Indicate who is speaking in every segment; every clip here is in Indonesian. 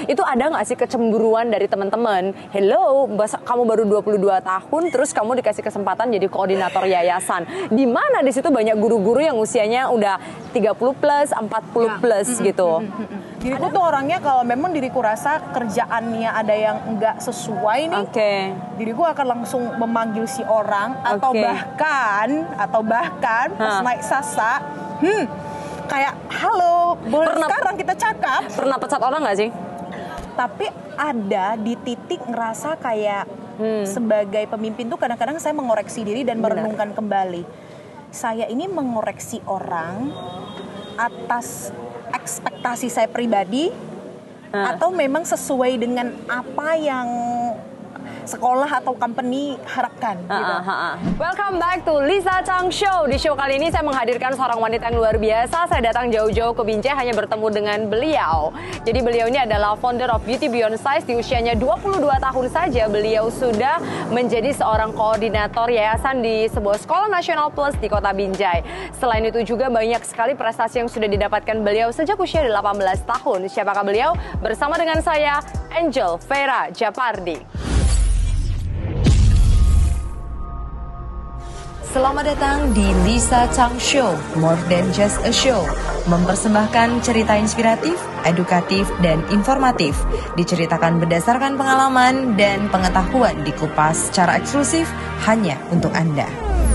Speaker 1: itu ada nggak sih kecemburuan dari teman-teman? Hello, kamu baru 22 tahun, terus kamu dikasih kesempatan jadi koordinator yayasan. Di mana di situ banyak guru-guru yang usianya udah 30 plus, 40 plus gitu.
Speaker 2: Diriku tuh orangnya kalau memang diriku rasa kerjaannya ada yang nggak sesuai nih, diriku akan langsung memanggil si orang atau bahkan pas naik sasa, kayak halo, boleh sekarang kita cakap.
Speaker 1: Pernah pecat orang nggak sih?
Speaker 2: Tapi ada di titik ngerasa kayak sebagai pemimpin tuh kadang-kadang saya mengoreksi diri dan merenungkan kembali. Saya ini mengoreksi orang atas ekspektasi saya pribadi atau memang sesuai dengan apa yang sekolah atau company harapkan gitu.
Speaker 1: Welcome back to Lisa Chang Show. Di show kali ini saya menghadirkan seorang wanita yang luar biasa. Saya datang jauh-jauh ke Binjai hanya bertemu dengan beliau. Jadi beliau ini adalah founder of Beauty Beyond Size. Di usianya 22 tahun saja beliau sudah menjadi seorang koordinator yayasan di sebuah sekolah nasional plus di kota Binjai. Selain itu juga banyak sekali prestasi yang sudah didapatkan beliau sejak usia 18 tahun. Siapakah beliau? Bersama dengan saya, Angel Vera Japardi.
Speaker 3: Selamat datang di Lisa Chang Show, more than just a show. Mempersembahkan cerita inspiratif, edukatif, dan informatif. Diceritakan berdasarkan pengalaman dan pengetahuan dikupas secara eksklusif hanya untuk Anda.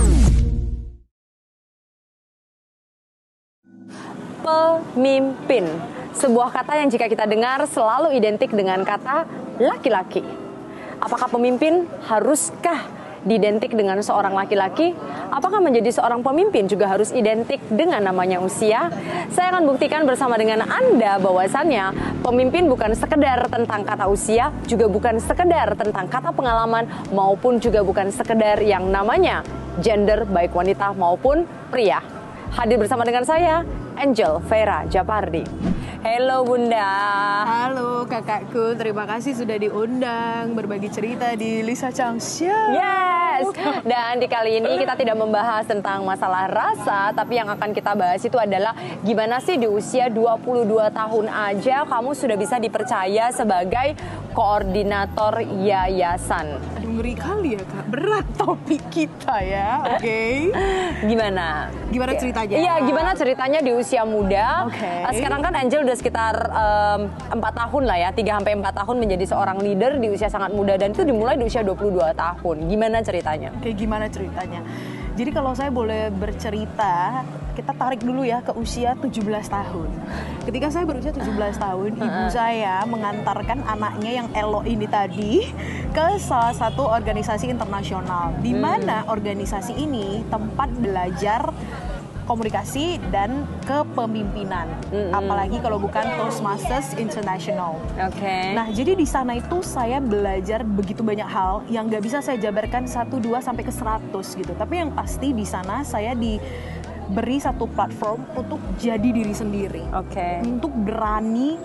Speaker 1: Pemimpin, sebuah kata yang jika kita dengar selalu identik dengan kata laki-laki. Apakah pemimpin haruskah identik dengan seorang laki-laki? Apakah menjadi seorang pemimpin juga harus identik dengan namanya usia? Saya akan buktikan bersama dengan Anda bahwasannya pemimpin bukan sekedar tentang kata usia, juga bukan sekedar tentang kata pengalaman, maupun juga bukan sekedar yang namanya gender baik wanita maupun pria. Hadir bersama dengan saya, Angel Vera Japardi. Hello Bunda.
Speaker 2: Halo kakakku, terima kasih sudah diundang berbagi cerita di Lisa Chang Show.
Speaker 1: Yes. Dan di kali ini kita tidak membahas tentang masalah rasa, tapi yang akan kita bahas itu adalah gimana sih di usia 22 tahun aja kamu sudah bisa dipercaya sebagai koordinator yayasan.
Speaker 2: Aduh, ngeri kali ya Kak, berat topik kita ya, oke.
Speaker 1: Gimana
Speaker 2: ceritanya?
Speaker 1: Iya, gimana ceritanya di usia muda. Sekarang kan Angel udah sekitar 4 tahun lah ya, 3-4 tahun menjadi seorang leader di usia sangat muda, dan itu dimulai di usia 22 tahun. Gimana ceritanya?
Speaker 2: Gimana ceritanya? Jadi kalau saya boleh bercerita, kita tarik dulu ya ke usia 17 tahun. Ketika saya berusia 17 tahun, ibu saya mengantarkan anaknya yang Elo ini tadi ke salah satu organisasi internasional, di mana organisasi ini tempat belajar komunikasi dan kepemimpinan, apalagi kalau bukan Toastmasters International. Nah, jadi di sana itu saya belajar begitu banyak hal yang nggak bisa saya jabarkan 1, 2 sampai ke 100 gitu. Tapi yang pasti di sana saya diberi satu platform untuk jadi diri sendiri, untuk berani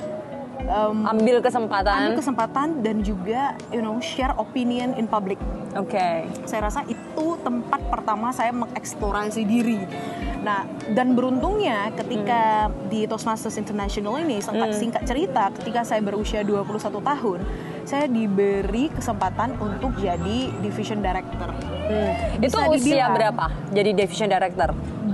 Speaker 2: ambil kesempatan dan juga share opinion in public. Saya rasa itu tempat pertama saya mengeksplorasi diri. Nah, dan beruntungnya ketika di Toastmasters International ini, singkat cerita, ketika saya berusia 21 tahun, saya diberi kesempatan untuk jadi division director.
Speaker 1: Itu usia berapa jadi division director?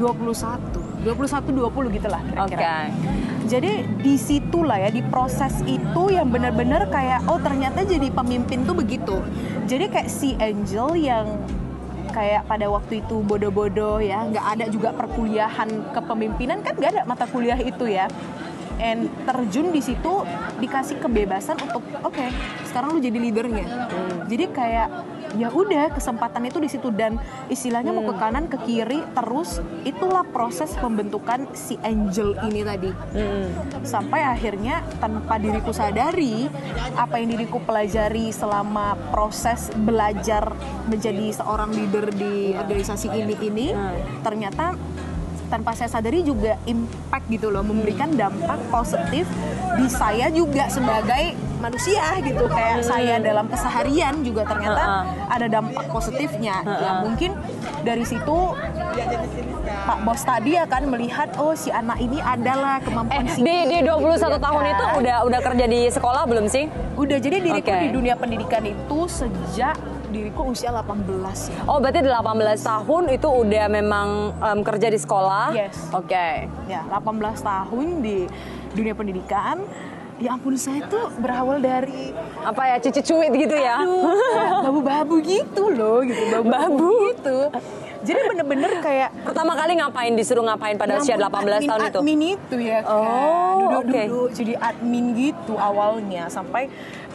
Speaker 2: 21-20 gitulah kira-kira. Jadi di situlah ya, di proses itu yang benar-benar kayak ternyata jadi pemimpin tuh begitu. Jadi kayak si Angel yang kayak pada waktu itu bodoh-bodoh ya, nggak ada juga perkuliahan kepemimpinan, kan nggak ada mata kuliah itu ya. And terjun di situ dikasih kebebasan untuk sekarang lu jadi leadernya. Jadi kayak ya udah, kesempatan itu di situ, dan istilahnya mau ke kanan ke kiri terus, itulah proses pembentukan si Angel ini tadi. Sampai akhirnya tanpa diriku sadari, apa yang diriku pelajari selama proses belajar menjadi seorang leader di organisasi ini ternyata tanpa saya sadari juga impact gitu loh, memberikan dampak positif di saya juga sebagai manusia gitu. Kayak saya dalam keseharian juga ternyata ada dampak positifnya. Ya mungkin dari situ Pak Bos tadi akan melihat oh si anak ini adalah kemampuan
Speaker 1: di 21 tahun itu udah kerja di sekolah belum sih?
Speaker 2: Udah, jadi diriku di dunia pendidikan itu sejak diriku usia 18 ya.
Speaker 1: Oh, berarti 18 tahun itu udah memang kerja di sekolah?
Speaker 2: Yes.
Speaker 1: Oke.
Speaker 2: Ya, 18 tahun di dunia pendidikan. Ya ampun, saya tuh berawal dari
Speaker 1: apa ya, cici-cuit gitu ya?
Speaker 2: Babu-babu gitu loh, gitu. Babu gitu. Jadi bener-bener kayak
Speaker 1: pertama kali disuruh ngapain pada usia 18 tahun itu?
Speaker 2: Admin itu ya kan. Duduk-duduk jadi admin gitu awalnya sampai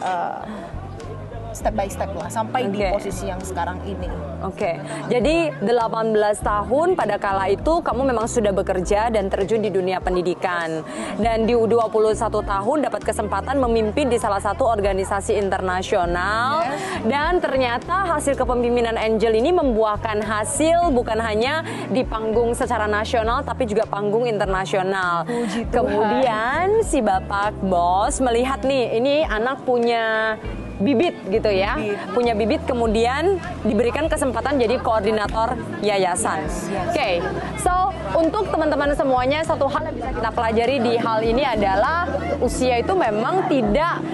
Speaker 2: step by step lah sampai di posisi yang sekarang ini.
Speaker 1: Oke. Jadi 18 tahun pada kala itu kamu memang sudah bekerja dan terjun di dunia pendidikan. Dan di 21 tahun dapat kesempatan memimpin di salah satu organisasi internasional. Dan ternyata hasil kepemimpinan Angel ini membuahkan hasil bukan hanya di panggung secara nasional tapi juga panggung internasional. Kemudian si Bapak Bos melihat nih, ini anak punya bibit gitu ya, punya bibit, kemudian diberikan kesempatan jadi koordinator yayasan. Oke, so untuk teman-teman semuanya, satu hal yang bisa kita pelajari di hal ini adalah usia itu memang tidak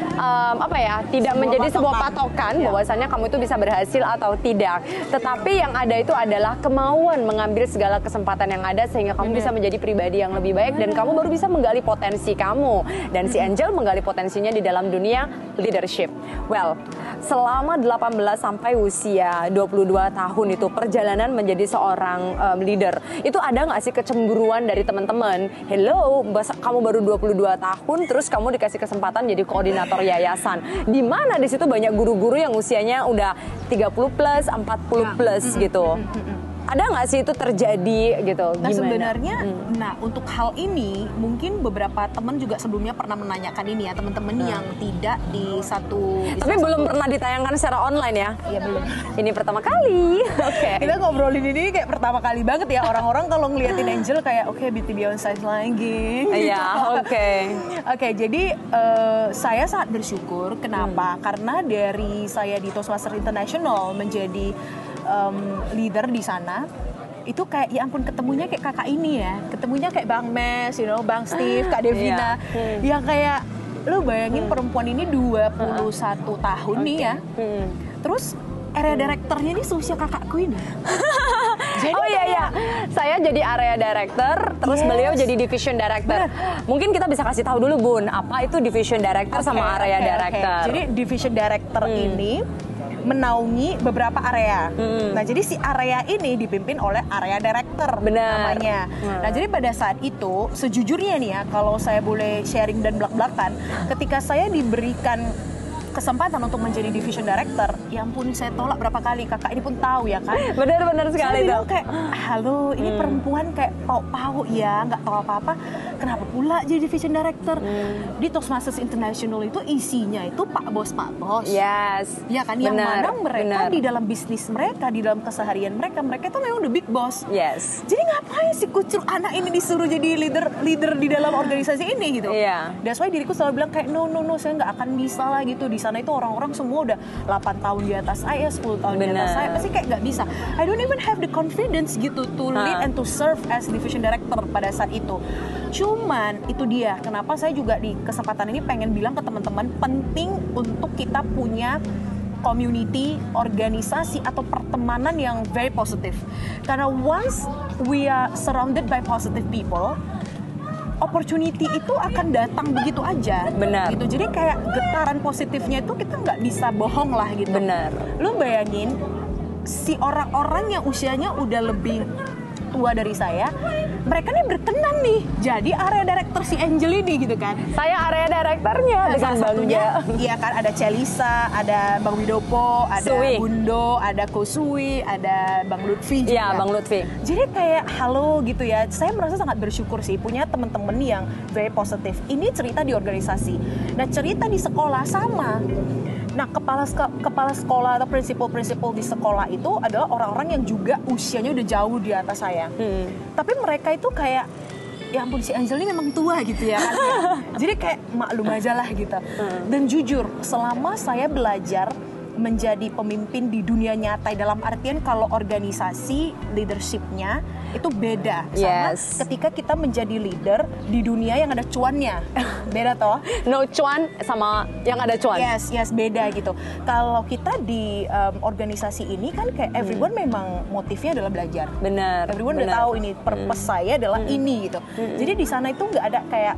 Speaker 1: tidak menjadi sebuah patokan bahwasannya kamu itu bisa berhasil atau tidak. Tetapi yang ada itu adalah kemauan mengambil segala kesempatan yang ada sehingga kamu bisa menjadi pribadi yang lebih baik dan kamu baru bisa menggali potensi kamu. Dan si Angel menggali potensinya di dalam dunia leadership. Well, selama 18 sampai usia 22 tahun itu perjalanan menjadi seorang leader, itu ada nggak sih kecemburuan dari teman-teman? Hello, kamu baru 22 tahun, terus kamu dikasih kesempatan jadi koordinator yayasan. Di mana di situ banyak guru-guru yang usianya udah 30 plus, 40 plus gitu. Ada nggak sih itu terjadi gitu?
Speaker 2: Nah,
Speaker 1: gimana?
Speaker 2: Sebenarnya, untuk hal ini mungkin beberapa teman juga sebelumnya pernah menanyakan ini ya, teman-teman yang tidak di satu.
Speaker 1: Tapi belum pernah ditayangkan secara online ya?
Speaker 2: Iya belum.
Speaker 1: Ini pertama kali. Oke.
Speaker 2: Kita ngobrolin ini kayak pertama kali banget ya. Orang-orang kalau ngeliatin Angel kayak oke, BTB on site lagi.
Speaker 1: Iya, oke.
Speaker 2: Oke, jadi saya sangat bersyukur. Kenapa? Karena dari saya di Toastmasters International menjadi leader di sana, itu kayak ya ampun ketemunya kayak kakak ini ya, ketemunya kayak Bang Mes, Bang Steve, Kak Devina, yang kayak lu bayangin perempuan ini 21 tahun nih ya, terus area direkturnya ini seusia kakakku ini.
Speaker 1: Jadi saya jadi area director, terus beliau jadi division director. Mungkin kita bisa kasih tahu dulu Bun, apa itu division director sama area director.
Speaker 2: Jadi division director ini menaungi beberapa area. Nah, jadi si area ini dipimpin oleh area director namanya. Nah, jadi pada saat itu sejujurnya nih ya, kalau saya boleh sharing dan belak-belakan, ketika saya diberikan kesempatan untuk menjadi division director, ya ampun saya tolak berapa kali, kakak ini pun tahu ya kan.
Speaker 1: Benar sekali
Speaker 2: tuh. Kayak, halo ini perempuan kayak pau-pau ya, nggak tahu apa-apa, kenapa pula jadi division director? Di Toastmasters International itu isinya itu Pak Bos.
Speaker 1: Yes.
Speaker 2: Ya kan, yang mana mereka di dalam bisnis mereka, di dalam keseharian mereka itu memang the big boss.
Speaker 1: Yes.
Speaker 2: Jadi ngapain si kucur anak ini disuruh jadi leader di dalam organisasi ini gitu?
Speaker 1: Iya.
Speaker 2: That's why diriku selalu bilang kayak no saya nggak akan bisa lah gitu. Di sana itu orang-orang semua udah 8 tahun di atas saya, 10 tahun di atas saya, pasti kayak nggak bisa. I don't even have the confidence gitu to lead and to serve as division director pada saat itu. Cuman itu dia kenapa saya juga di kesempatan ini pengen bilang ke teman-teman, penting untuk kita punya community, organisasi atau pertemanan yang very positive. Karena once we are surrounded by positive people, opportunity itu akan datang begitu aja.
Speaker 1: Benar.
Speaker 2: Gitu. Jadi kayak getaran positifnya itu kita nggak bisa bohong lah gitu.
Speaker 1: Benar.
Speaker 2: Lu bayangin si orang-orang yang usianya udah lebih tua dari saya, mereka nih berkenan nih jadi area director si Angel ini gitu kan.
Speaker 1: Saya area directornya dengan bangga.
Speaker 2: Iya kan, ada Celisa, ada Bang Widopo, ada
Speaker 1: Sui.
Speaker 2: Bundo, ada Kosui, ada Bang Lutfi.
Speaker 1: Iya, Bang Lutfi.
Speaker 2: Jadi kayak halo gitu ya. Saya merasa sangat bersyukur sih punya teman-teman yang very positif. Ini cerita di organisasi. Nah, cerita di sekolah sama. Nah, kepala sekolah atau prinsipal di sekolah itu adalah orang-orang yang juga usianya udah jauh di atas saya. Tapi mereka itu kayak, ya ampun si Angel ini memang tua gitu ya kan. Jadi kayak maklum aja lah gitu. Dan jujur, selama saya belajar menjadi pemimpin di dunia nyata dalam artian kalau organisasi leadershipnya itu beda sama ketika kita menjadi leader di dunia yang ada cuannya. Beda toh?
Speaker 1: No cuan sama yang ada cuan.
Speaker 2: Yes, beda gitu. Kalau kita di organisasi ini kan kayak everyone memang motifnya adalah belajar.
Speaker 1: Benar.
Speaker 2: Everyone udah tahu ini purpose saya adalah ini gitu. Jadi di sana itu nggak ada kayak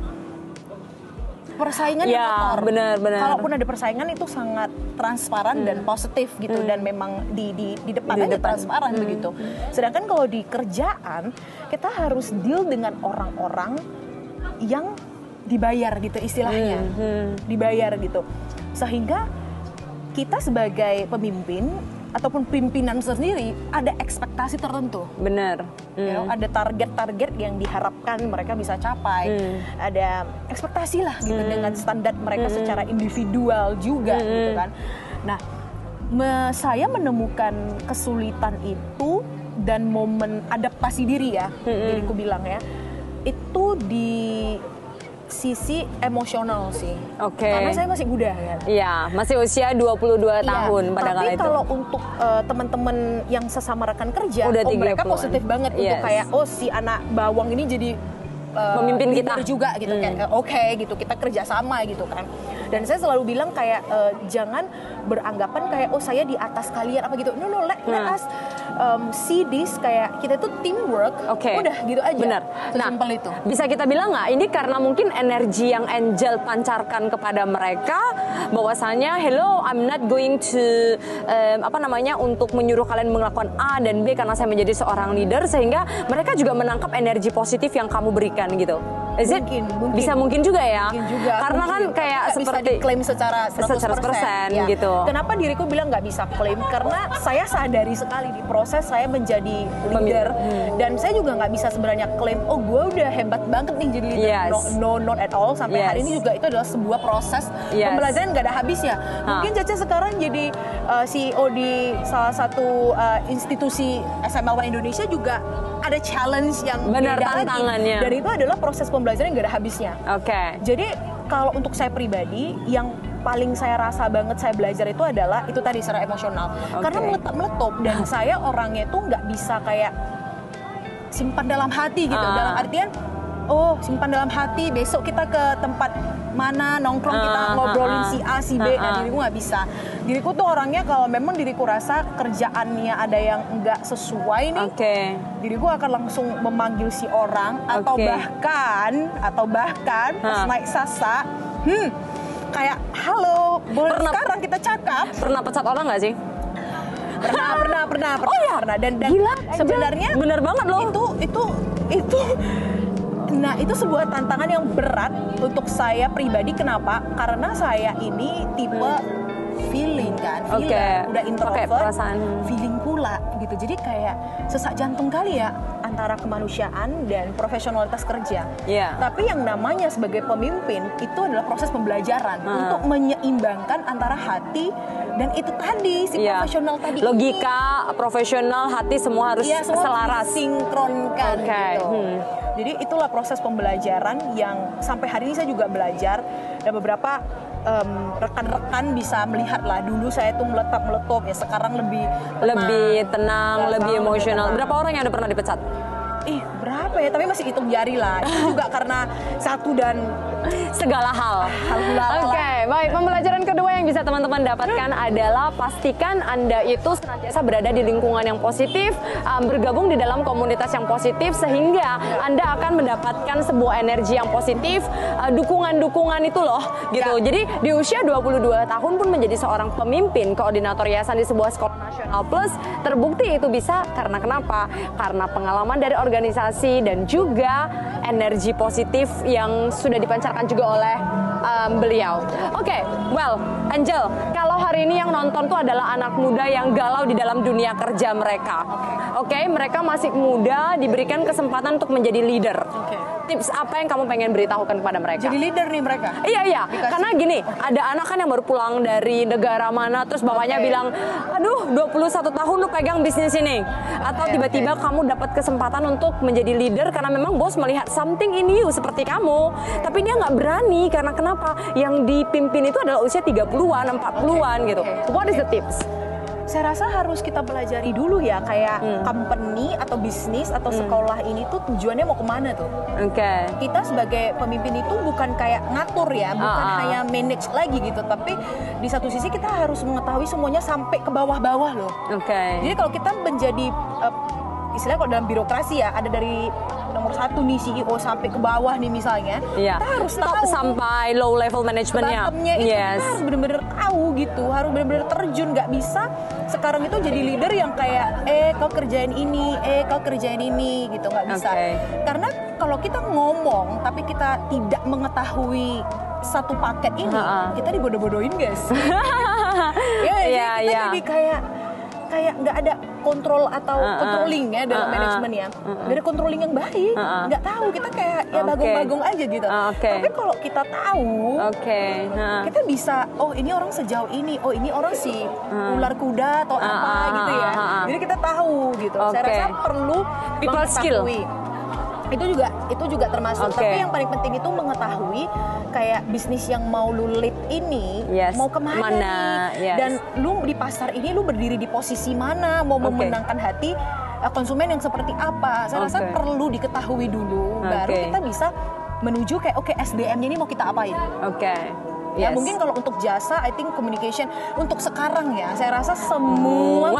Speaker 2: persaingan yang kotor.
Speaker 1: Benar.
Speaker 2: Kalaupun ada persaingan itu sangat transparan dan positif gitu, dan memang di depan aja transparan begitu. Sedangkan kalau di kerjaan kita harus deal dengan orang-orang yang dibayar gitu istilahnya, dibayar gitu, sehingga kita sebagai pemimpin ataupun pimpinan sendiri ada ekspektasi tertentu.
Speaker 1: Benar.
Speaker 2: Ada target-target yang diharapkan mereka bisa capai. Ada ekspektasi lah gitu dengan standar mereka secara individual juga gitu kan. Nah, saya menemukan kesulitan itu dan momen adaptasi diri ya, diriku bilang ya, itu di sisi emosional sih. Karena saya masih muda kan.
Speaker 1: Iya, masih usia 22 tahun pada kala itu.
Speaker 2: Tapi kalau untuk teman-teman yang sesama rekan kerja,
Speaker 1: udah
Speaker 2: mereka positif banget untuk kayak si anak bawang ini jadi
Speaker 1: pemimpin kita
Speaker 2: juga gitu, kayak oke gitu, kita kerja sama gitu kan. Dan saya selalu bilang kayak jangan beranggapan kayak saya di atas kalian apa gitu. No, let us see this kayak kita tuh teamwork. Udah gitu aja.
Speaker 1: Benar.
Speaker 2: Sesimpel itu.
Speaker 1: Bisa kita bilang nggak ini karena mungkin energi yang Angel pancarkan kepada mereka bahwasanya hello, I'm not going to untuk menyuruh kalian melakukan A dan B karena saya menjadi seorang leader, sehingga mereka juga menangkap energi positif yang kamu berikan gitu.
Speaker 2: Mungkin.
Speaker 1: Bisa mungkin juga ya.
Speaker 2: Mungkin juga.
Speaker 1: Karena kan kayak seperti
Speaker 2: diklaim secara 100%
Speaker 1: gitu.
Speaker 2: Kenapa diriku bilang nggak bisa klaim? Karena saya sadari sekali di proses saya menjadi leader, dan saya juga nggak bisa sebenarnya klaim gue udah hebat banget nih jadi leader. No, not at all. Sampai hari ini juga itu adalah sebuah proses pembelajaran nggak ada habisnya. Mungkin Caca sekarang jadi CEO di salah satu institusi SML Indonesia juga ada challenge yang
Speaker 1: benar,
Speaker 2: beda
Speaker 1: tantangannya.
Speaker 2: Dan itu adalah proses pembelajaran yang nggak ada habisnya. Jadi kalau untuk saya pribadi, yang paling saya rasa banget saya belajar itu adalah itu tadi secara emosional. Karena meletup dan saya orangnya itu nggak bisa kayak simpan dalam hati gitu. Dalam artian, simpan dalam hati, besok kita ke tempat mana nongkrong kita ngobrolin si A, si B. Nah, diriku nggak bisa. Diriku tuh orangnya kalau memang diriku rasa kerjaannya ada yang nggak sesuai nih, diriku akan langsung memanggil si orang atau bahkan pas naik sasa, kayak halo, boleh sekarang kita cakap.
Speaker 1: Pernah pecat orang nggak sih?
Speaker 2: Pernah. Pernah. Dan
Speaker 1: gila,
Speaker 2: sebenarnya
Speaker 1: bener banget loh.
Speaker 2: Nah, itu sebuah tantangan yang berat untuk saya pribadi. Kenapa? Karena saya ini tipe feeling kan, udah introvert, feeling pula gitu. Jadi kayak sesak jantung kali ya antara kemanusiaan dan profesionalitas kerja. Tapi yang namanya sebagai pemimpin itu adalah proses pembelajaran untuk menyeimbangkan antara hati dan itu tadi profesional tadi.
Speaker 1: Logika, profesional, hati semua harus selaras,
Speaker 2: sinkronkan gitu. Jadi itulah proses pembelajaran yang sampai hari ini saya juga belajar, dan beberapa rekan-rekan bisa melihat lah, dulu saya tuh meletup ya, sekarang lebih
Speaker 1: tenang, lebih emosional. Berapa orang yang udah pernah dipecat?
Speaker 2: Berapa ya, tapi masih hitung jari lah. Itu juga karena satu dan
Speaker 1: segala hal. Baik, pembelajaran kedua yang bisa teman-teman dapatkan adalah pastikan Anda itu senantiasa berada di lingkungan yang positif, bergabung di dalam komunitas yang positif, sehingga Anda akan mendapatkan sebuah energi yang positif, dukungan-dukungan itu loh gitu. Jadi di usia 22 tahun pun menjadi seorang pemimpin koordinator yayasan di sebuah sekolah nasional plus, terbukti itu bisa karena kenapa? Karena pengalaman dari organisasi dan juga energi positif yang sudah dipancarkan juga oleh beliau. Angel, kalau hari ini yang nonton tuh adalah anak muda yang galau di dalam dunia kerja mereka. Mereka masih muda, diberikan kesempatan untuk menjadi leader. Tips apa yang kamu pengen beritahukan kepada mereka?
Speaker 2: Jadi leader nih mereka?
Speaker 1: Iya. Karena gini, ada anak kan yang baru pulang dari negara mana, terus bapaknya bilang, aduh 21 tahun lu pegang bisnis ini. Atau tiba-tiba kamu dapat kesempatan untuk menjadi leader karena memang bos melihat something in you seperti kamu. Tapi dia nggak berani, karena kenapa? Yang dipimpin itu adalah usia 30-an, 40-an gitu. What is the tips?
Speaker 2: saya rasa harus kita pelajari dulu ya, kayak company atau bisnis atau sekolah ini tuh tujuannya mau kemana tuh.
Speaker 1: Oke.
Speaker 2: Kita sebagai pemimpin itu bukan kayak ngatur ya, bukan hanya manage lagi gitu, tapi di satu sisi kita harus mengetahui semuanya sampai ke bawah-bawah loh.
Speaker 1: Oke.
Speaker 2: Jadi kalau kita menjadi istilahnya kalau dalam birokrasi ya, ada dari nomor 1 nih CEO sampai ke bawah nih misalnya,
Speaker 1: Iya.
Speaker 2: kita harus
Speaker 1: Top
Speaker 2: tahu
Speaker 1: sampai low level managementnya.
Speaker 2: bottomnya itu kita harus benar-benar tahu gitu, harus benar-benar terjun. Nggak bisa sekarang itu jadi leader yang kayak kau kerjain ini, kau kerjain ini gitu, nggak bisa.
Speaker 1: Oke.
Speaker 2: Karena kalau kita ngomong tapi kita tidak mengetahui satu paket ini, kita dibodoh-bodohin guys. Ya, jadi kita jadi kayak nggak ada kontrol atau controlling ya dalam manajemen ya. Dari controlling yang baik, nggak tahu, kita kayak ya bagong-bagong aja gitu. Tapi kalau kita tahu, kita bisa, oh ini orang sejauh ini, oh ini orang si ular kuda atau apa gitu ya. Jadi kita tahu gitu. Saya rasa perlu
Speaker 1: people skill.
Speaker 2: Itu juga termasuk. Tapi yang paling penting itu mengetahui kayak bisnis yang mau lu lead ini mau kemana nih. Dan lu di pasar ini lu berdiri di posisi mana, mau memenangkan hati konsumen yang seperti apa. Saya rasa perlu diketahui dulu, baru kita bisa menuju kayak SDM-nya ini mau kita apain. Ya mungkin kalau untuk jasa, I think communication untuk sekarang ya, saya rasa semua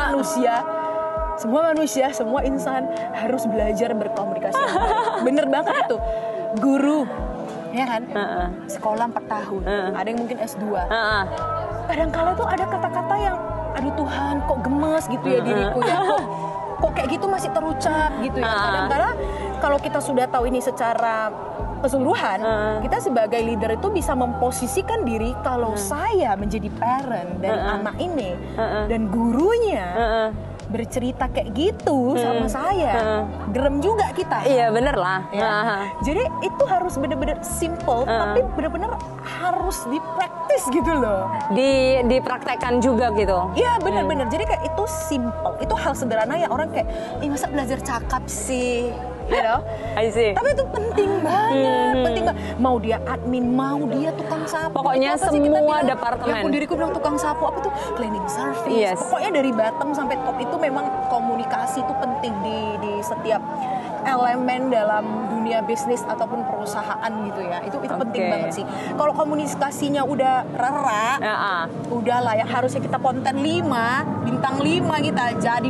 Speaker 2: manusia, semua insan harus belajar berkomunikasi yang baik. Bener banget itu. Guru, ya kan? Sekolah 4 tahun, ada yang mungkin S2. Kadang-kala tuh ada kata-kata yang, aduh Tuhan, kok gemes gitu ya diriku ya, kok kayak gitu masih terucap gitu ya. Kadang-kala kalau kita sudah tahu ini secara keseluruhan, kita sebagai leader itu bisa memposisikan diri kalau saya menjadi parent dari anak ini dan gurunya bercerita kayak gitu sama saya, gerem juga kita.
Speaker 1: Iya bener lah.
Speaker 2: Jadi itu harus benar-benar simple, tapi benar-benar harus dipraktis gitu loh.
Speaker 1: Dipraktekkan juga gitu.
Speaker 2: Iya benar-benar. Jadi kayak itu simple, itu hal sederhana yang orang kayak, masa belajar cakap sih, you know?
Speaker 1: I see.
Speaker 2: Tapi itu penting banget, penting banget. Mau dia admin, mau dia tukang sapu.
Speaker 1: Pokoknya semua departemen.
Speaker 2: Ya pun diriku bilang tukang sapu, apa tuh cleaning service. Pokoknya dari bottom sampai top itu memang komunikasi itu penting di setiap elemen dalam dunia bisnis ataupun perusahaan gitu ya. Itu penting banget sih. Kalau komunikasinya udah rerak, udah lah yang harusnya kita konten 5, bintang 5 kita jadi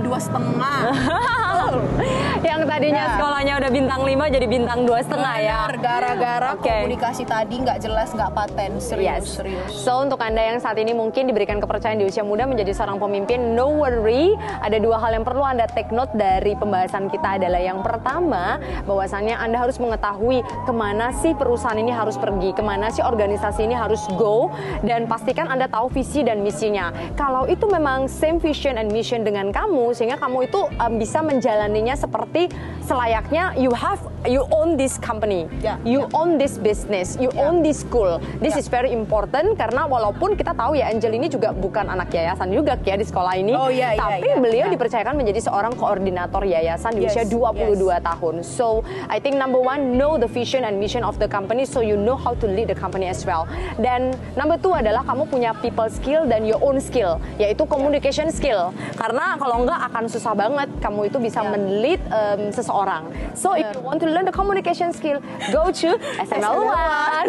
Speaker 2: 2,5.
Speaker 1: Yang tadinya sekolahnya udah bintang 5 jadi bintang 2,5 ya.
Speaker 2: Gara-gara komunikasi tadi nggak jelas, nggak paten. Serius.
Speaker 1: So untuk Anda yang saat ini mungkin diberikan kepercayaan di usia muda menjadi seorang pemimpin, no worry. Ada 2 hal yang perlu Anda take note dari pembahasan kita adalah yang pertama, bahwasannya Anda harus mengetahui kemana sih perusahaan ini harus pergi, kemana sih organisasi ini harus go, dan pastikan Anda tahu visi dan misinya. Kalau itu memang same vision and mission dengan kamu, sehingga kamu itu bisa menjalaninya seperti selayaknya you own this company, you own this business, you own this school. This is very important karena walaupun kita tahu ya Angel ini juga bukan anak yayasan juga ya di sekolah ini, tapi beliau dipercayakan menjadi seorang koordinator yayasan di usia 22 tahun. So I think number 1, know the vision and mission of the company so you know how to lead the company as well. Dan number 2 adalah kamu punya people skill dan your own skill, yaitu communication skill. Karena kalau enggak akan susah banget kamu itu bisa men-lead seseorang. So if you want to learn the communication skill, go to SML1.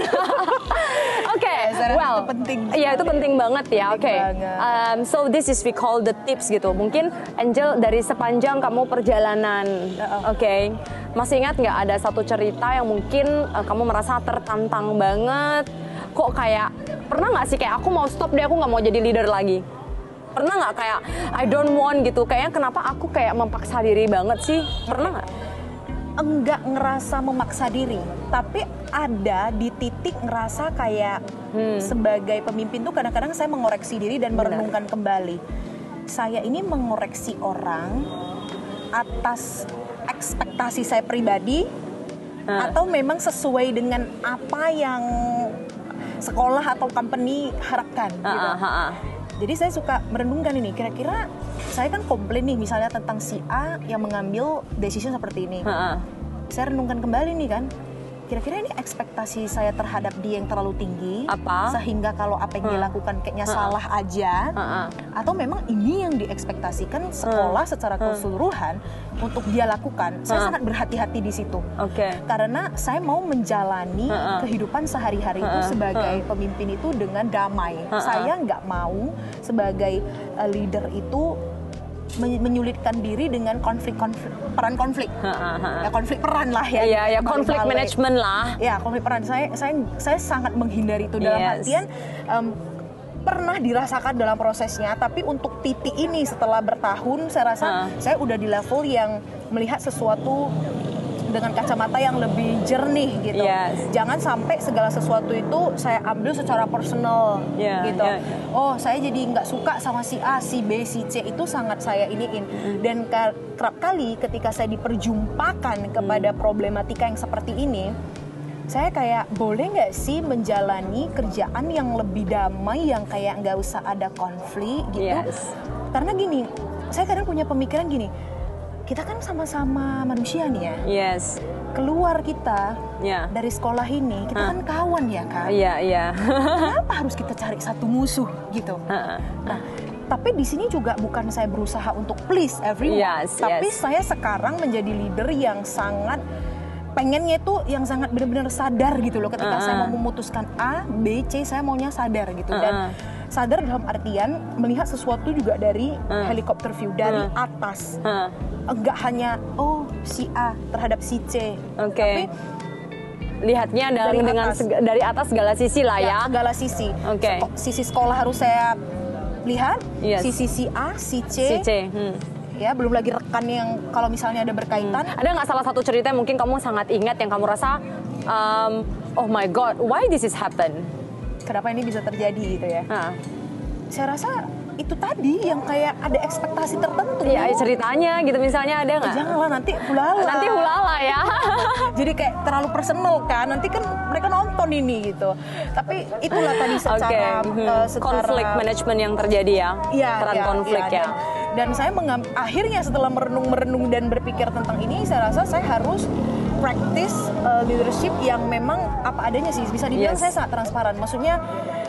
Speaker 1: Well, iya itu penting banget ya. So this is we call the tips gitu. Mungkin Angel dari sepanjang kamu perjalanan, masih ingat nggak ada satu cerita yang mungkin kamu merasa tertantang banget? Kok kayak pernah nggak sih kayak aku mau stop deh, aku nggak mau jadi leader lagi? Pernah nggak kayak I don't want gitu? Kayaknya kenapa aku kayak memaksa diri banget sih? Pernah nggak?
Speaker 2: Enggak ngerasa memaksa diri, tapi ada di titik ngerasa kayak sebagai pemimpin tuh kadang-kadang saya mengoreksi diri dan merenungkan kembali. Saya ini mengoreksi orang atas ekspektasi saya pribadi atau memang sesuai dengan apa yang sekolah atau company harapkan gitu. Jadi saya suka merenungkan ini, kira-kira saya kan komplain nih misalnya tentang si A yang mengambil decision seperti ini. Saya renungkan kembali nih kan, kira-kira ini ekspektasi saya terhadap dia yang terlalu tinggi,
Speaker 1: Apa?
Speaker 2: sehingga kalau apa yang dia lakukan kayaknya salah aja, atau memang ini yang diekspektasikan sekolah secara keseluruhan untuk dia lakukan. Saya sangat berhati-hati di situ, karena saya mau menjalani kehidupan sehari-hari itu sebagai pemimpin itu dengan damai. Saya nggak mau sebagai leader itu menyulitkan diri dengan peran konflik peran lah ya.
Speaker 1: Iya, konflik manajemen lah.
Speaker 2: Ya, konflik peran. Saya sangat menghindari itu dalam artian pernah dirasakan dalam prosesnya, tapi untuk titik ini setelah bertahun saya rasa saya udah di level yang melihat sesuatu dengan kacamata yang lebih jernih gitu. Jangan sampai segala sesuatu itu saya ambil secara personal gitu. Oh, saya jadi nggak suka sama si A, si B, si C, itu sangat saya iniin. Dan kerap kali ketika saya diperjumpakan kepada problematika yang seperti ini, saya kayak boleh nggak sih menjalani kerjaan yang lebih damai, yang kayak nggak usah ada konflik gitu. Karena gini, saya kadang punya pemikiran gini, kita kan sama-sama manusia nih ya. Keluar kita dari sekolah ini, kita kan kawan ya kan. Kenapa harus kita cari satu musuh gitu? Nah, tapi di sini juga bukan saya berusaha untuk please everyone, tapi saya sekarang menjadi leader yang sangat pengennya itu yang sangat benar-benar sadar gitu loh. Ketika saya mau memutuskan A, B, C, saya maunya sadar gitu. Dan sadar dalam artian melihat sesuatu juga dari helikopter view, dari atas. Enggak hanya si A terhadap si C, tapi
Speaker 1: lihatnya dari atas segala sisi lah ya.
Speaker 2: Segala sisi. Sisi sekolah harus saya lihat, sisi si A, si C. Ya, belum lagi rekan yang kalau misalnya ada berkaitan.
Speaker 1: Ada nggak salah satu cerita yang mungkin kamu sangat ingat yang kamu rasa, oh my god, why this is happen?
Speaker 2: Kenapa ini bisa terjadi gitu ya? Saya rasa itu tadi yang kayak ada ekspektasi tertentu.
Speaker 1: Iya, ceritanya gitu misalnya ada nggak?
Speaker 2: Janganlah, nanti hulala
Speaker 1: ya.
Speaker 2: Jadi kayak terlalu personal kan, nanti kan mereka nonton ini gitu. Tapi itulah tadi secara
Speaker 1: konflik manajemen yang terjadi ya, peran konflik ya.
Speaker 2: Dan saya akhirnya setelah merenung dan berpikir tentang ini, saya rasa saya harus practice leadership yang memang apa adanya sih. Bisa dibilang saya sangat transparan. Maksudnya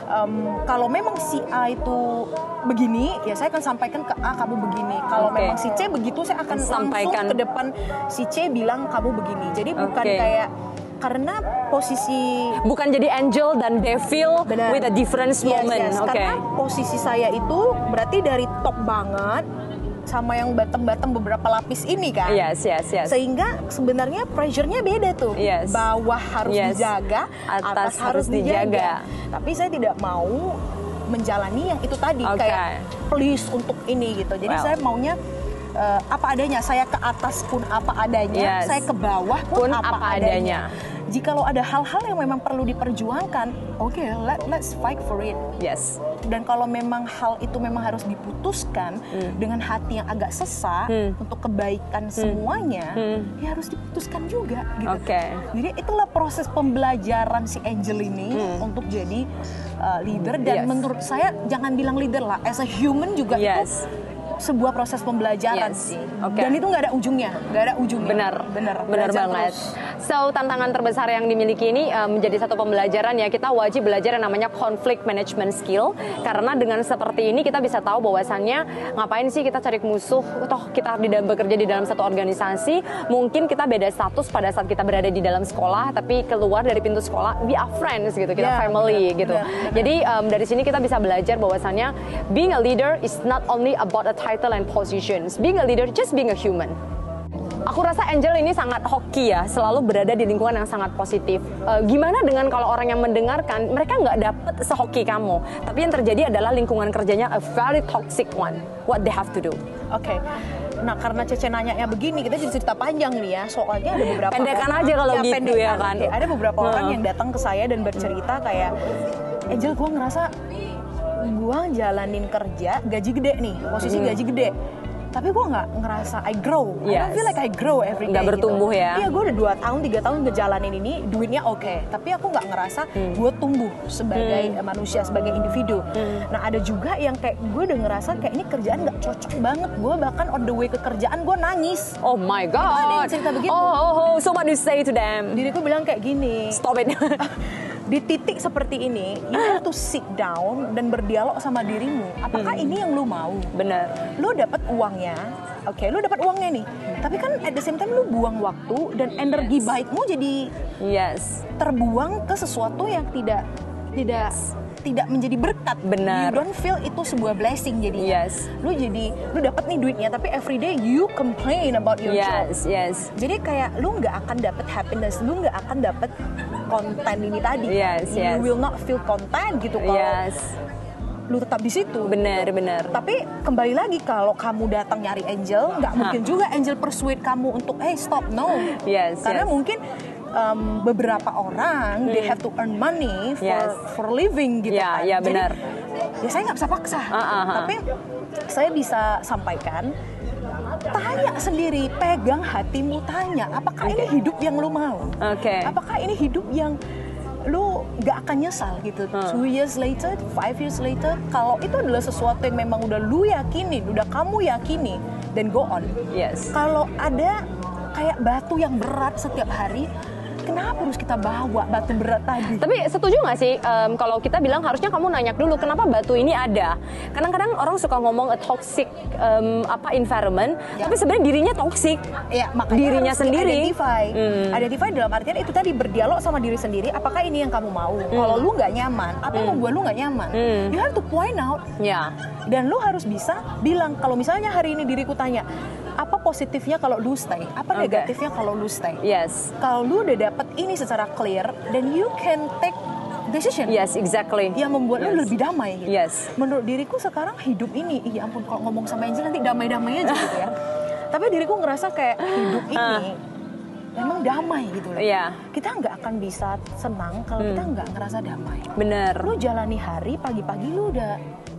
Speaker 2: kalau memang si A itu begini, ya saya akan sampaikan ke A, kamu begini. Kalau memang si C begitu, saya akan langsung ke depan si C bilang kamu begini. Jadi bukan kayak, karena posisi
Speaker 1: bukan jadi angel dan devil with a different moment.
Speaker 2: Karena posisi saya itu berarti dari top banget sama yang bottom beberapa lapis ini kan. Sehingga sebenarnya pressure-nya beda tuh. Bawah harus dijaga, atas harus dijaga. Tapi saya tidak mau menjalani yang itu tadi, kayak please untuk ini gitu. Jadi saya maunya apa adanya. Saya ke atas pun apa adanya, saya ke bawah pun apa adanya. Jikalau ada hal-hal yang memang perlu diperjuangkan, let's fight for it. Dan kalau memang hal itu memang harus diputuskan dengan hati yang agak sesak untuk kebaikan semuanya, ya harus diputuskan juga gitu. Jadi itulah proses pembelajaran si Angel ini untuk jadi leader. Dan menurut saya jangan bilang leader lah, as a human juga itu sebuah proses pembelajaran sih. Dan itu nggak ada ujungnya, Benar banget.
Speaker 1: So tantangan terbesar yang dimiliki ini menjadi satu pembelajaran ya. Kita wajib belajar yang namanya conflict management skill, karena dengan seperti ini kita bisa tahu bahwasannya ngapain sih kita cari musuh. Toh kita bekerja di dalam satu organisasi, mungkin kita beda status pada saat kita berada di dalam sekolah, tapi keluar dari pintu sekolah we are friends gitu, kita family gitu. Jadi dari sini kita bisa belajar bahwasannya being a leader is not only about a title and positions. Being a leader, just being a human. Aku rasa Angel ini sangat hoki ya, selalu berada di lingkungan yang sangat positif. Gimana dengan kalau orang yang mendengarkan, mereka nggak dapet sehoki kamu, tapi yang terjadi adalah lingkungan kerjanya a very toxic one. What they have to do?
Speaker 2: Nah, karena Cece nanya begini, kita jadi cerita panjang nih ya. Soalnya ada beberapa
Speaker 1: pendekan aja kalau gitu ya kan.
Speaker 2: Ada beberapa orang yang datang ke saya dan bercerita kayak, Angel, gue ngerasa gue jalanin kerja gaji gede nih, posisi gaji gede, tapi gue nggak ngerasa I grow. I
Speaker 1: Yes.
Speaker 2: don't feel like I grow every day.
Speaker 1: Nggak bertumbuh
Speaker 2: gitu.
Speaker 1: ya?
Speaker 2: Iya, gue udah 2 tahun 3 tahun ngejalanin ini, duitnya oke. Tapi aku nggak ngerasa gue tumbuh sebagai manusia, sebagai individu. Nah ada juga yang kayak gue udah ngerasa kayak ini kerjaan nggak cocok banget. Gue bahkan on the way ke kerjaan gue nangis.
Speaker 1: Oh my
Speaker 2: Ada yang
Speaker 1: god.
Speaker 2: cerita begitu.
Speaker 1: So what do you say to them?
Speaker 2: Diriku bilang kayak gini.
Speaker 1: Stop it.
Speaker 2: Di titik seperti ini, you have to sit down dan berdialog sama dirimu. Apakah ini yang lu mau?
Speaker 1: Bener.
Speaker 2: Lu dapat uangnya, oke, lu dapat uangnya nih. Tapi kan at the same time lu buang waktu dan energi baikmu jadi
Speaker 1: Yes.
Speaker 2: terbuang ke sesuatu yang tidak menjadi berkat.
Speaker 1: Benar.
Speaker 2: You don't feel itu sebuah blessing jadinya.
Speaker 1: Yes.
Speaker 2: Lu dapat nih duitnya, tapi everyday you complain about your job.
Speaker 1: Yes.
Speaker 2: Jadi kayak lu nggak akan dapat happiness, lu nggak akan dapat konten ini tadi.
Speaker 1: Yes.
Speaker 2: You will not feel content gitu kalau
Speaker 1: Yes.
Speaker 2: lu tetap di situ.
Speaker 1: Bener.
Speaker 2: Tapi kembali lagi kalau kamu datang nyari Angel, nggak mungkin juga Angel persuade kamu untuk stop, no.
Speaker 1: Yes.
Speaker 2: Karena mungkin beberapa orang they have to earn money for living gitu kan.
Speaker 1: Ya,
Speaker 2: Jadi,
Speaker 1: benar.
Speaker 2: ya saya nggak bisa paksa. Tapi saya bisa sampaikan, tanya sendiri, pegang hatimu, tanya, apakah ini hidup yang lu mau?
Speaker 1: Oke.
Speaker 2: Apakah ini hidup yang lu gak akan nyesal gitu? 2 years later, 5 years later, kalau itu adalah sesuatu yang memang udah lu yakinin, udah kamu yakini, then go on.
Speaker 1: Yes.
Speaker 2: Kalau ada kayak batu yang berat setiap hari, kenapa harus kita bawa batu berat tadi?
Speaker 1: Tapi setuju nggak sih kalau kita bilang harusnya kamu nanya dulu kenapa batu ini ada? Kadang-kadang orang suka ngomong a toxic environment, tapi sebenarnya dirinya toxic.
Speaker 2: Ya, makanya
Speaker 1: dirinya
Speaker 2: harus
Speaker 1: sendiri.
Speaker 2: Identify dalam artian itu tadi, berdialog sama diri sendiri. Apakah ini yang kamu mau? Kalau lu nggak nyaman, apa yang membuat lu nggak nyaman? You have to point out.
Speaker 1: Ya.
Speaker 2: Dan lu harus bisa bilang, kalau misalnya hari ini diriku tanya, apa positifnya kalau lu stay? Apa negatifnya kalau lu stay?
Speaker 1: Yes.
Speaker 2: Kalau lu udah dapet ini secara clear, then you can take decision.
Speaker 1: Yes, exactly.
Speaker 2: Yang membuat lu lebih damai gitu.
Speaker 1: Yes.
Speaker 2: Menurut diriku sekarang hidup ini, ya ampun kalau ngomong sama Angel nanti damai-damai aja gitu ya. Tapi diriku ngerasa kayak hidup ini memang damai gitu loh.
Speaker 1: Iya.
Speaker 2: Kita nggak akan bisa senang kalau kita nggak ngerasa damai.
Speaker 1: Bener.
Speaker 2: Lu jalani hari, pagi-pagi lu udah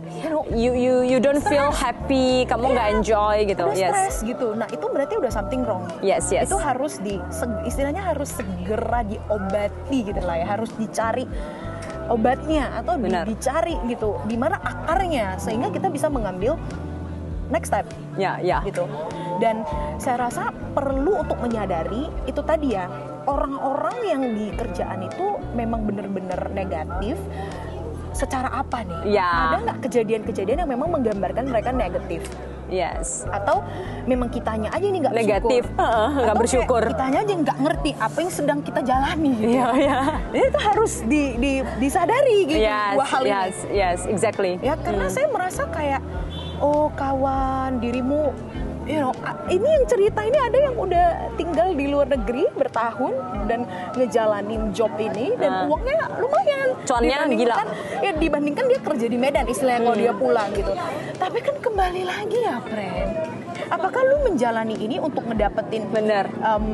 Speaker 1: You don't feel happy, kamu nggak enjoy gitu.
Speaker 2: udah
Speaker 1: Yes.
Speaker 2: stres gitu. Nah itu berarti udah something wrong.
Speaker 1: Yes.
Speaker 2: Itu harus istilahnya harus segera diobati gitu lah ya, harus dicari obatnya atau dicari gitu di mana akarnya sehingga kita bisa mengambil next step.
Speaker 1: Ya.
Speaker 2: Gitu. Dan saya rasa perlu untuk menyadari itu tadi ya, orang-orang yang di kerjaan itu memang benar-benar negatif. Secara apa nih?
Speaker 1: Ya.
Speaker 2: Ada nggak kejadian-kejadian yang memang menggambarkan mereka negatif?
Speaker 1: Yes.
Speaker 2: Atau memang kitanya aja nih nggak
Speaker 1: Negatif,
Speaker 2: bersyukur?
Speaker 1: nggak
Speaker 2: Atau
Speaker 1: bersyukur.
Speaker 2: kayak kitanya aja nggak ngerti apa yang sedang kita jalani gitu.
Speaker 1: Iya.
Speaker 2: Jadi itu harus disadari gitu dua hal ini.
Speaker 1: Yes, exactly.
Speaker 2: Ya karena saya merasa kayak, oh kawan, dirimu, ini yang cerita ini ada yang udah tinggal di luar negeri bertahun dan ngejalanin job ini dan uangnya lumayan.
Speaker 1: Cuannya gila.
Speaker 2: Ya dibandingkan dia kerja di Medan istilahnya kalau dia pulang gitu. Tapi kan kembali lagi ya, friend. Apakah lu menjalani ini untuk ngedapetin
Speaker 1: Bener.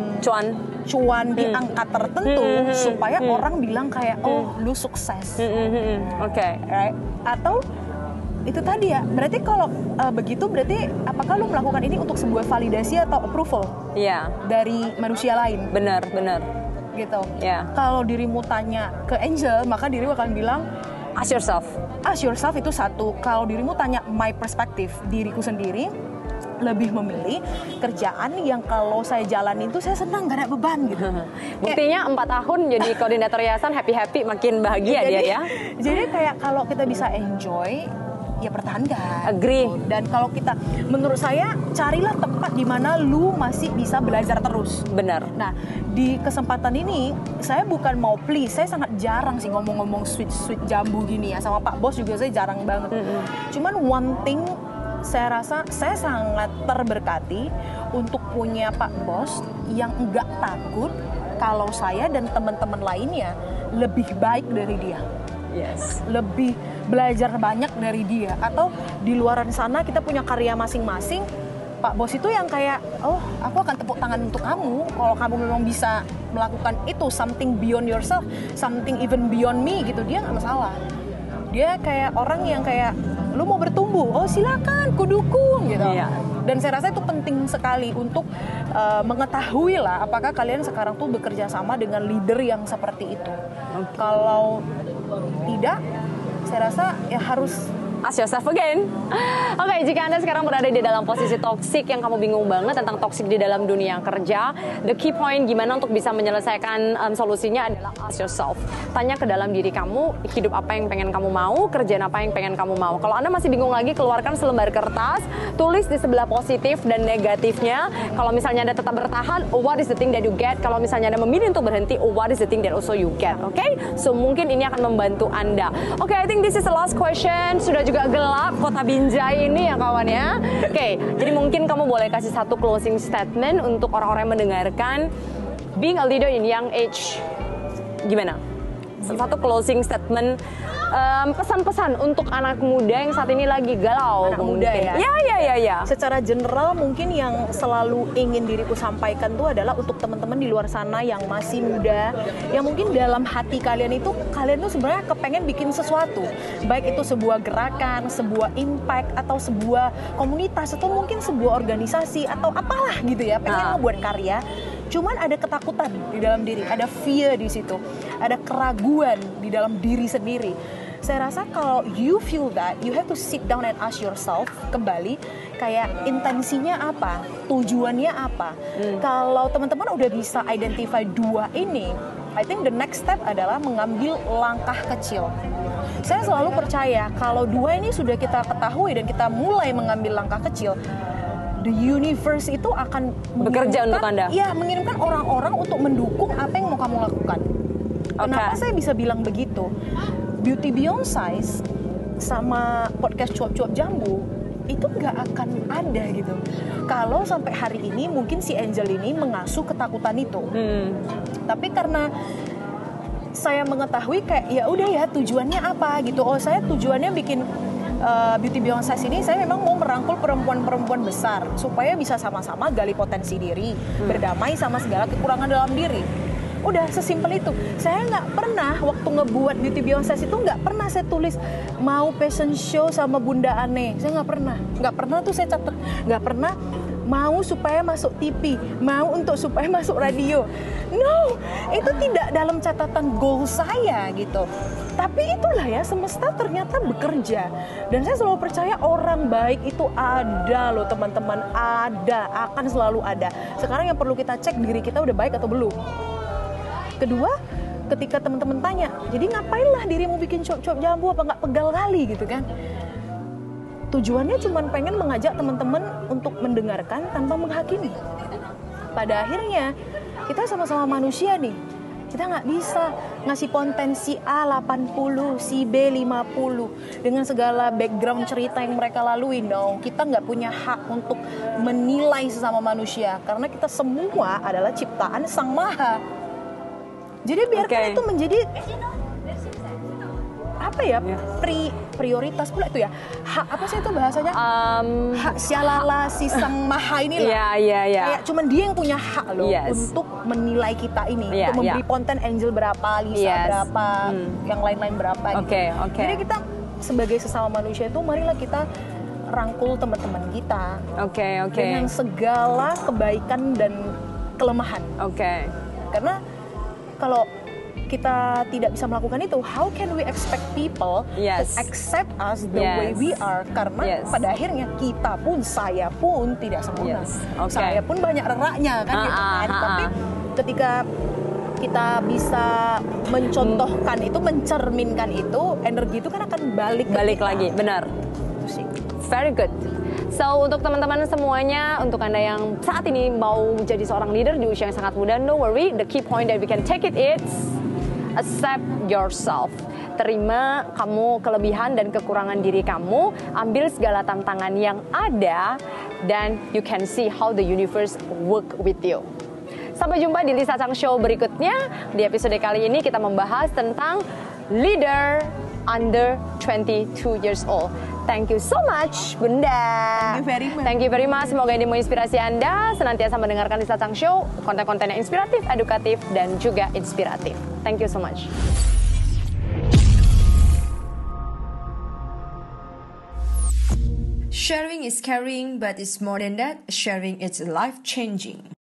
Speaker 2: cuan di angka tertentu supaya orang bilang kayak, oh lu sukses,
Speaker 1: Oke.
Speaker 2: right? Atau itu tadi ya, berarti kalau begitu berarti apakah lu melakukan ini untuk sebuah validasi atau approval
Speaker 1: Iya.
Speaker 2: dari manusia lain
Speaker 1: Bener.
Speaker 2: gitu?
Speaker 1: Ya.
Speaker 2: Kalau dirimu tanya ke Angel, maka dirimu akan bilang
Speaker 1: Ask yourself.
Speaker 2: ask yourself itu satu. Kalau dirimu tanya my perspective, diriku sendiri lebih memilih kerjaan yang kalau saya jalanin itu saya senang, gak ada beban gitu.
Speaker 1: Buktinya 4 tahun jadi koordinator yayasan, happy makin bahagia dia ya.
Speaker 2: Jadi kayak kalau kita bisa enjoy, ya pertahankan.
Speaker 1: Agree.
Speaker 2: Gitu. Dan kalau kita, menurut saya, carilah tempat di mana lu masih bisa belajar terus.
Speaker 1: Benar.
Speaker 2: Nah, di kesempatan ini saya bukan mau please, saya sangat jarang sih ngomong-ngomong sweet jambu gini ya, sama Pak Bos juga saya jarang banget. Cuman one thing saya rasa saya sangat terberkati untuk punya Pak Bos yang enggak takut kalau saya dan teman-teman lainnya lebih baik dari dia.
Speaker 1: Yes.
Speaker 2: Lebih belajar banyak dari dia, atau di luaran sana kita punya karya masing-masing. Pak Bos itu yang kayak, oh aku akan tepuk tangan untuk kamu kalau kamu memang bisa melakukan itu, something beyond yourself, something even beyond me gitu. Dia nggak masalah. Dia kayak orang yang kayak lu mau bertumbuh, oh silakan, ku dukung gitu.
Speaker 1: Iya.
Speaker 2: Dan saya rasa itu penting sekali untuk mengetahui lah apakah kalian sekarang tuh bekerja sama dengan leader yang seperti itu. Kalau tidak, saya rasa ya harus
Speaker 1: Ask yourself again. Oke, jika Anda sekarang berada di dalam posisi toksik yang kamu bingung banget tentang toksik di dalam dunia kerja, the key point gimana untuk bisa menyelesaikan solusinya adalah ask yourself. Tanya ke dalam diri kamu, hidup apa yang pengen kamu mau, kerjaan apa yang pengen kamu mau. Kalau Anda masih bingung lagi, keluarkan selembar kertas, tulis di sebelah positif dan negatifnya. Kalau misalnya Anda tetap bertahan, what is the thing that you get? Kalau misalnya Anda memilih untuk berhenti, what is the thing that also you get? Oke? So mungkin ini akan membantu Anda. Oke, I think this is the last question. Sudah juga gelap kota Binjai ini ya kawan ya. Oke, jadi mungkin kamu boleh kasih satu closing statement untuk orang-orang yang mendengarkan being a leader in young age. Gimana? Satu closing statement, pesan-pesan untuk anak muda yang saat ini lagi galau.
Speaker 2: Anak muda ya?
Speaker 1: Ya.
Speaker 2: Secara general mungkin yang selalu ingin diriku sampaikan tuh adalah untuk teman-teman di luar sana yang masih muda, yang mungkin dalam hati kalian tuh sebenarnya kepengen bikin sesuatu, baik itu sebuah gerakan, sebuah impact, atau sebuah komunitas, atau mungkin sebuah organisasi, atau apalah gitu ya, pengen membuat karya. Cuman ada ketakutan di dalam diri, ada fear di situ, ada keraguan di dalam diri sendiri. Saya rasa kalau you feel that, you have to sit down and ask yourself kembali, kayak intensinya apa, tujuannya apa. Kalau teman-teman udah bisa identify dua ini, I think the next step adalah mengambil langkah kecil. Saya selalu percaya kalau dua ini sudah kita ketahui dan kita mulai mengambil langkah kecil, the universe itu akan
Speaker 1: bekerja untuk Anda.
Speaker 2: Iya, mengirimkan orang-orang untuk mendukung apa yang mau kamu lakukan. Kenapa saya bisa bilang begitu? Beauty Beyond Size sama podcast Cuap-Cuap Jambu itu nggak akan ada gitu. Kalau sampai hari ini mungkin si Angel ini mengasuh ketakutan itu. Tapi karena saya mengetahui kayak ya udah ya tujuannya apa gitu. Oh, saya tujuannya bikin Beauty Beyond Size ini, saya memang mau merangkul perempuan-perempuan besar supaya bisa sama-sama gali potensi diri, berdamai sama segala kekurangan dalam diri. Udah sesimpel itu. Saya nggak pernah waktu ngebuat Beauty Beyond Size itu nggak pernah saya tulis mau fashion show sama Bunda Ane. Saya nggak pernah tuh saya catat. Nggak pernah mau supaya masuk TV, mau supaya masuk radio. No, itu tidak dalam catatan goal saya gitu. Tapi itulah ya, semesta ternyata bekerja. Dan saya selalu percaya orang baik itu ada loh teman-teman, akan selalu ada. Sekarang yang perlu kita cek diri kita udah baik atau belum. Kedua, ketika teman-teman tanya, jadi ngapainlah dirimu bikin Cuap-Cuap Jambu, apa nggak pegal kali gitu kan? Tujuannya cuma pengen mengajak teman-teman untuk mendengarkan tanpa menghakimi. Pada akhirnya, kita sama-sama manusia nih. Kita nggak bisa ngasih konten si A 80, si B 50 dengan segala background cerita yang mereka lalui. No, kita nggak punya hak untuk menilai sesama manusia karena kita semua adalah ciptaan Sang Maha. Jadi biarkan itu menjadi apa ya, prioritas pula itu ya, hak apa sih itu bahasanya, hak sialala si Sang Maha ini lah. Kayak cuman dia yang punya hak loh untuk menilai kita ini, untuk memberi konten Angel berapa, Lisa berapa, yang lain-lain berapa gitu. Jadi kita sebagai sesama manusia itu marilah kita rangkul teman-teman kita dengan segala kebaikan dan kelemahan. Karena kalau kita tidak bisa melakukan itu, how can we expect people to accept us the way we are? Karena pada akhirnya kita pun, saya pun tidak sempurna. Saya pun banyak reraknya kan gitu kan. Tapi ketika kita bisa mencontohkan itu, mencerminkan itu, energi itu kan akan balik
Speaker 1: lagi. Benar. Very good. So, untuk teman-teman semuanya, untuk Anda yang saat ini mau jadi seorang leader di usia yang sangat muda, no worry, the key point that we can take it is accept yourself. Terima kamu kelebihan dan kekurangan diri kamu, ambil segala tantangan yang ada, dan you can see how the universe work with you. Sampai jumpa di Lisa Chang Show berikutnya. Di episode kali ini kita membahas tentang leader under 22 years old. Thank you so much, Bunda. Thank you very much. Semoga ini menginspirasi Anda senantiasa mendengarkan Lisa Chang Show, konten-konten yang inspiratif, edukatif, dan juga inspiratif. Thank you so much.
Speaker 3: Sharing is caring, but it's more than that. Sharing is life changing.